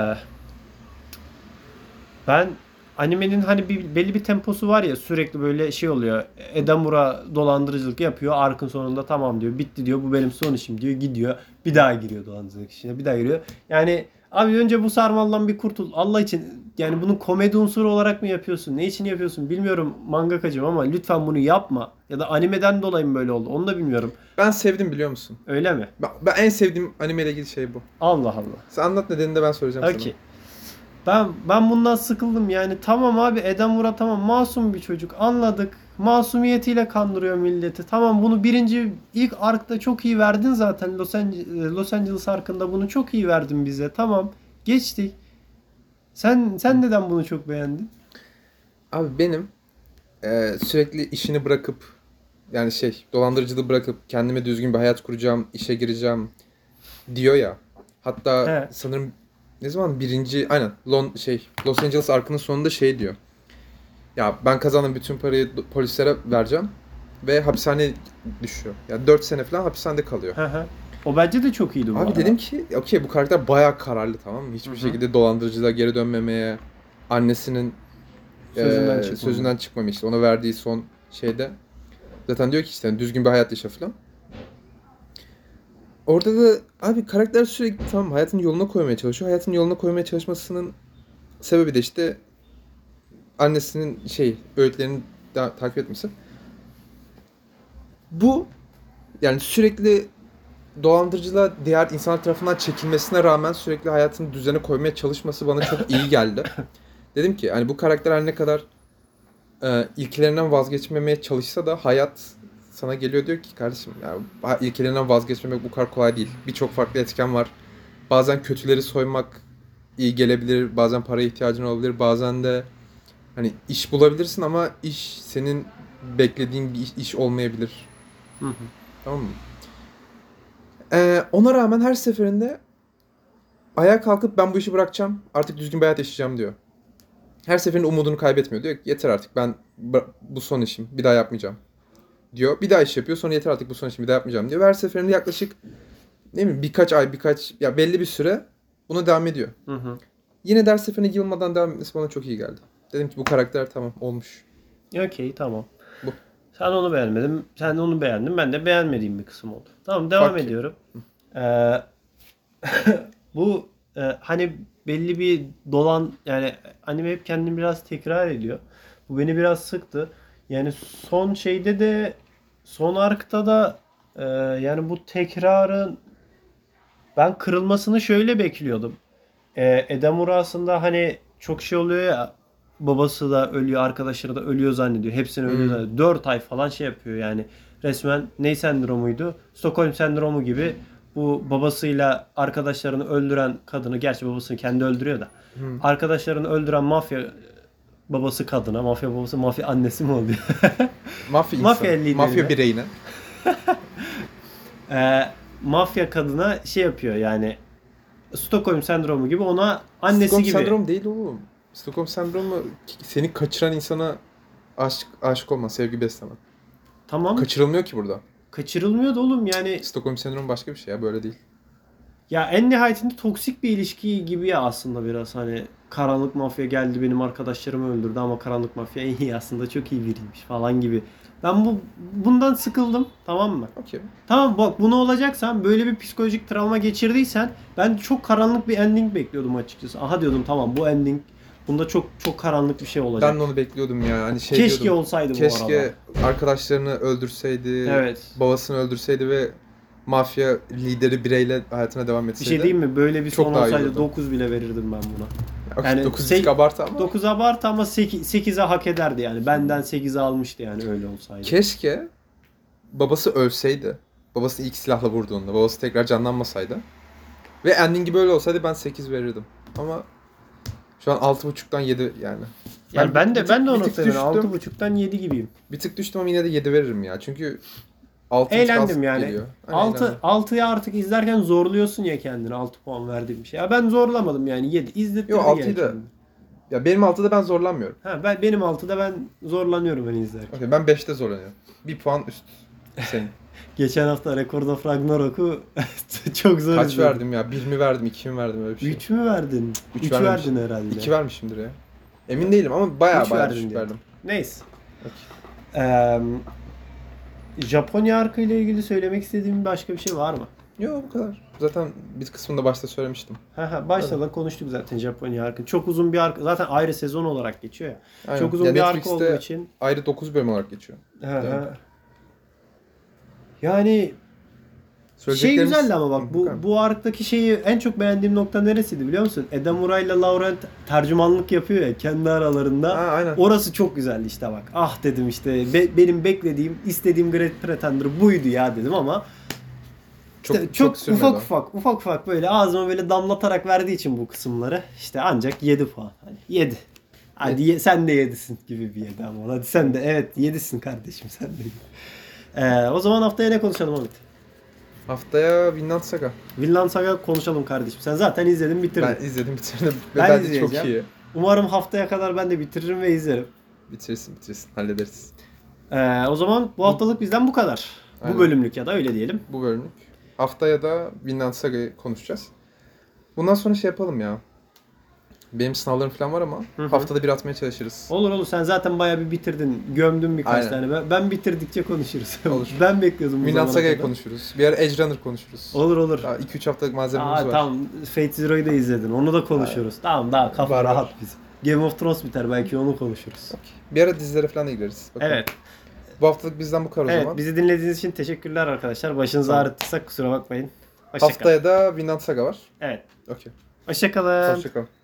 Ben animenin hani bir belli bir temposu var ya, sürekli böyle şey oluyor. Edamura dolandırıcılık yapıyor. Arkın sonunda tamam diyor. Bitti diyor. Bu benim son işim diyor. Gidiyor. Bir daha giriyor dolandırıcılık işine. Bir daha giriyor. Yani abi önce bu sarmaldan bir kurtul. Allah için yani bunu komedi unsuru olarak mı yapıyorsun? Ne için yapıyorsun? Bilmiyorum mangakacım ama lütfen bunu yapma. Ya da animeden dolayı mı böyle oldu? Onu da bilmiyorum. Ben sevdim biliyor musun? Öyle mi? Ben, ben en sevdiğim anime ile ilgili şey bu. Allah Allah. Sen anlat nedenini de ben soracağım Okey. Ben ben bundan sıkıldım yani. Tamam abi, Edamura tamam masum bir çocuk, anladık. Masumiyetiyle kandırıyor milleti. Tamam, bunu birinci ilk arkta çok iyi verdin zaten. Los Angeles, Los Angeles arkında bunu çok iyi verdin bize. Tamam, geçtik. Sen sen neden bunu çok beğendin? sana. Abi benim e, sürekli işini bırakıp yani şey dolandırıcılığı bırakıp kendime düzgün bir hayat kuracağım, işe gireceğim diyor ya. Hatta He. sanırım ne zaman birinci aynen Lon şey Los Angeles arkının sonunda şey diyor. Ya ben kazandığım bütün parayı do- polislere vereceğim ve hapishaneye düşüyor. Yani dört sene falan hapishanede kalıyor. Hı hı. O bence de çok iyiydi bu Abi arada. dedim ki okey bu karakter bayağı kararlı, tamam mı? Hiçbir Hı hı. şekilde dolandırıcılığa geri dönmemeye, annesinin Sözünden eee, çıkmadı. sözünden çıkmamış işte ona verdiği son şeyde. Zaten diyor ki işte hani düzgün bir hayat yaşa falan. Orada da abi karakter sürekli tamam hayatın yoluna koymaya çalışıyor. Hayatın yoluna koymaya çalışmasının sebebi de işte annesinin şey öğütlerini da, takip etmesi. Bu yani sürekli dolandırıcılığa diğer insanlar tarafından çekilmesine rağmen sürekli hayatını düzene koymaya çalışması bana çok iyi geldi. Dedim ki hani bu karakter her ne kadar e, ilkelerinden vazgeçmemeye çalışsa da hayat sana geliyor diyor ki kardeşim yani ha- ilkelerinden vazgeçmemek bu kadar kolay değil. Birçok farklı etken var. Bazen kötüleri soymak iyi gelebilir, bazen paraya ihtiyacın olabilir, bazen de hani iş bulabilirsin ama iş senin beklediğin bir iş, iş olmayabilir. Hı hı. Tamam mı? Ee, ona rağmen her seferinde ayağa kalkıp ben bu işi bırakacağım, artık düzgün bir hayat yaşayacağım diyor. Her seferinde umudunu kaybetmiyor. Diyor ki yeter artık ben bı- bu son işim, bir daha yapmayacağım diyor. Bir daha iş yapıyor, sonra yeter artık bu son işim, bir daha yapmayacağım diyor. Ve her seferinde yaklaşık ne bileyim birkaç ay, birkaç ya belli bir süre buna devam ediyor. Hı hı. Yine de her seferinde yılmadan devam etmesi bana çok iyi geldi. Dedim ki bu karakter tamam olmuş. Okey, tamam. Bu. Sen onu beğenmedin. Sen de onu beğendin. Ben de beğenmediğim bir kısım oldu. Tamam, devam Fuck you. ediyorum. Ee, bu e, hani belli bir dolan yani anime hep kendini biraz tekrar ediyor. Bu beni biraz sıktı. Yani son şeyde de son arkta da e, yani bu tekrarın ben kırılmasını şöyle bekliyordum. E, Edamura aslında hani çok şey oluyor ya, babası da ölüyor, arkadaşları da ölüyor zannediyor. Hepsini ölüyor Hmm. zannediyor. dört ay falan şey yapıyor yani. Resmen ne sendromuydu? Stockholm sendromu gibi bu babasıyla arkadaşlarını öldüren kadını, gerçi babasını kendi öldürüyor da. Hmm. Arkadaşlarını öldüren mafya babası kadına, mafya babası, mafya annesi mi oluyor? Mafya Mafya insanı, liderine. mafya bireyine. Ee, mafya kadına şey yapıyor yani, Stockholm sendromu gibi ona annesi Stockholm gibi. sendromu değil oğlum. Stockholm sendromu seni kaçıran insana aşık aşık olma, sevgi besleme. Tamam. Kaçırılmıyor ki burada. Kaçırılmıyor da oğlum yani. Stockholm sendromu başka bir şey ya, böyle değil. Ya en nihayetinde toksik bir ilişki gibi ya aslında biraz hani. karanlık mafya geldi benim arkadaşlarımı öldürdü ama karanlık mafya iyi aslında çok iyi biriymiş falan gibi. Ben bu bundan sıkıldım, tamam mı? Okey. Tamam bak, bunu olacaksan, böyle bir psikolojik travma geçirdiysen, ben çok karanlık bir ending bekliyordum açıkçası. Aha diyordum, tamam bu ending, bunda çok çok karanlık bir şey olacak. Ben de onu bekliyordum ya. Hani şey Keşke diyordum, olsaydı bu keşke arada. arkadaşlarını öldürseydi, Evet. babasını öldürseydi ve mafya lideri bireyle hayatına devam Bir etseydi. şey diyeyim mi? Böyle bir Çok son daha iyi olsaydı olurdu. dokuz bile verirdim ben buna. Okay, Yani dokuz sek- abartı ama. dokuz abartı ama sekize hak ederdi yani. Benden sekize almıştı yani öyle olsaydı. Keşke babası ölseydi. Babası ilk silahla vurduğunda. Babası tekrar canlanmasaydı. Ve endingi böyle olsaydı ben sekiz verirdim. Ama şu an altı buçuktan yedi yani. Yani ben de bir ben de tık- onu bir tık seviyorum. düştüm. altı buçuktan yedi gibiyim. Bir tık düştüm ama yine de yedi veririm ya. Çünkü altı Eğlendim yani. geliyor. Hani altı eğlendim. altıya artık izlerken zorluyorsun ya kendini, altı puan verdiğim bir şey. Ya ben zorlamadım yani, yedi izlettirdim. Yo, altıyı yani da- kendimi. Ya benim altıda ben zorlanmıyorum. Ha ben benim altıda ben zorlanıyorum hani izlerken. Okay, ben beşte zorlanıyorum. Bir puan üst senin. Geçen hafta Record of Ragnarok'u çok zor Kaç izledim. verdim ya? Bir mi verdim, iki mi verdim öyle bir şey. üç mü verdin? Üç üç vermemişim. verdin herhalde. İki vermişimdir ya. Emin değilim ama bayağı Üç bayağı verdin düşük diye. verdim. Neyse. Okay. Ee, Japonya arka ile ilgili söylemek istediğim başka bir şey var mı? Yok bu kadar. Zaten bir kısmında başta söylemiştim. Ha ha, başta da konuştuk zaten Japonya arka. Çok uzun bir arka. Zaten ayrı sezon olarak geçiyor ya. Aynen. Çok uzun Ya bir arka Netflix'te olduğu için. ayrı dokuz bölüm olarak geçiyor. Ha, Evet. ha. Yani şey Söyleyeceklerimiz- güzeldi ama bak Hı, bu bakalım. bu arktaki şeyi en çok beğendiğim nokta neresiydi biliyor musun? Edamura ile Laurent tercümanlık yapıyor ya kendi aralarında. Ha, aynen. Orası çok güzeldi işte bak. Ah dedim işte be- benim beklediğim, istediğim Great Pretender buydu ya dedim ama Çok, işte çok, çok, sürmedi ufak o. ufak ufak ufak böyle ağzıma böyle damlatarak verdiği için bu kısımları işte ancak yedi puan. Hani yedi. Hadi ye- sen de yedisin gibi bir yedi ama. Hadi sen de evet yedisin kardeşim sen de. Ee, o zaman haftaya ne konuşalım Ahmet? Haftaya Vinland Saga. Vinland Saga konuşalım kardeşim. Sen zaten izledin bitirdin. Ben izledim bitirdim ve Ben bence çok izleyeceğim. iyi. Umarım haftaya kadar ben de bitiririm ve izlerim. Bitirsin bitirsin hallederiz. Ee, o zaman bu haftalık bizden bu kadar. Aynen. Bu bölümlük ya da öyle diyelim. Bu bölümlük. Haftaya da Vinland Saga'yı konuşacağız. Bundan sonra şey yapalım ya. Benim sınavlarım falan var ama Hı hı. haftada bir atmaya çalışırız. Olur olur, sen zaten bayağı bir bitirdin. Gömdün birkaç Aynen. tane. Ben, ben bitirdikçe konuşuruz. Olur. Ben bekliyordum bu Vinland zamana Saga'yı kadar. konuşuruz. Bir ara Edge Runner konuşuruz. Olur olur. Daha iki üç haftalık malzememiz Aa, var. tamam. Fate Zero'yu da izledin. Onu da konuşuruz. Tamam, daha kafa Var, var. rahat bizim. Game of Thrones biter, belki onu konuşuruz. Bir ara dizilere falan da gideriz. Bakalım. Evet. Bu haftalık bizden bu kadar o Evet, zaman. bizi dinlediğiniz için teşekkürler arkadaşlar. Başınızı Tamam. ağrıttıysak kusura bakmayın. Hoşça kalın. Haftaya da Vinland Saga var. Evet. Okey. Hoşça kalın. Hoşçakalın.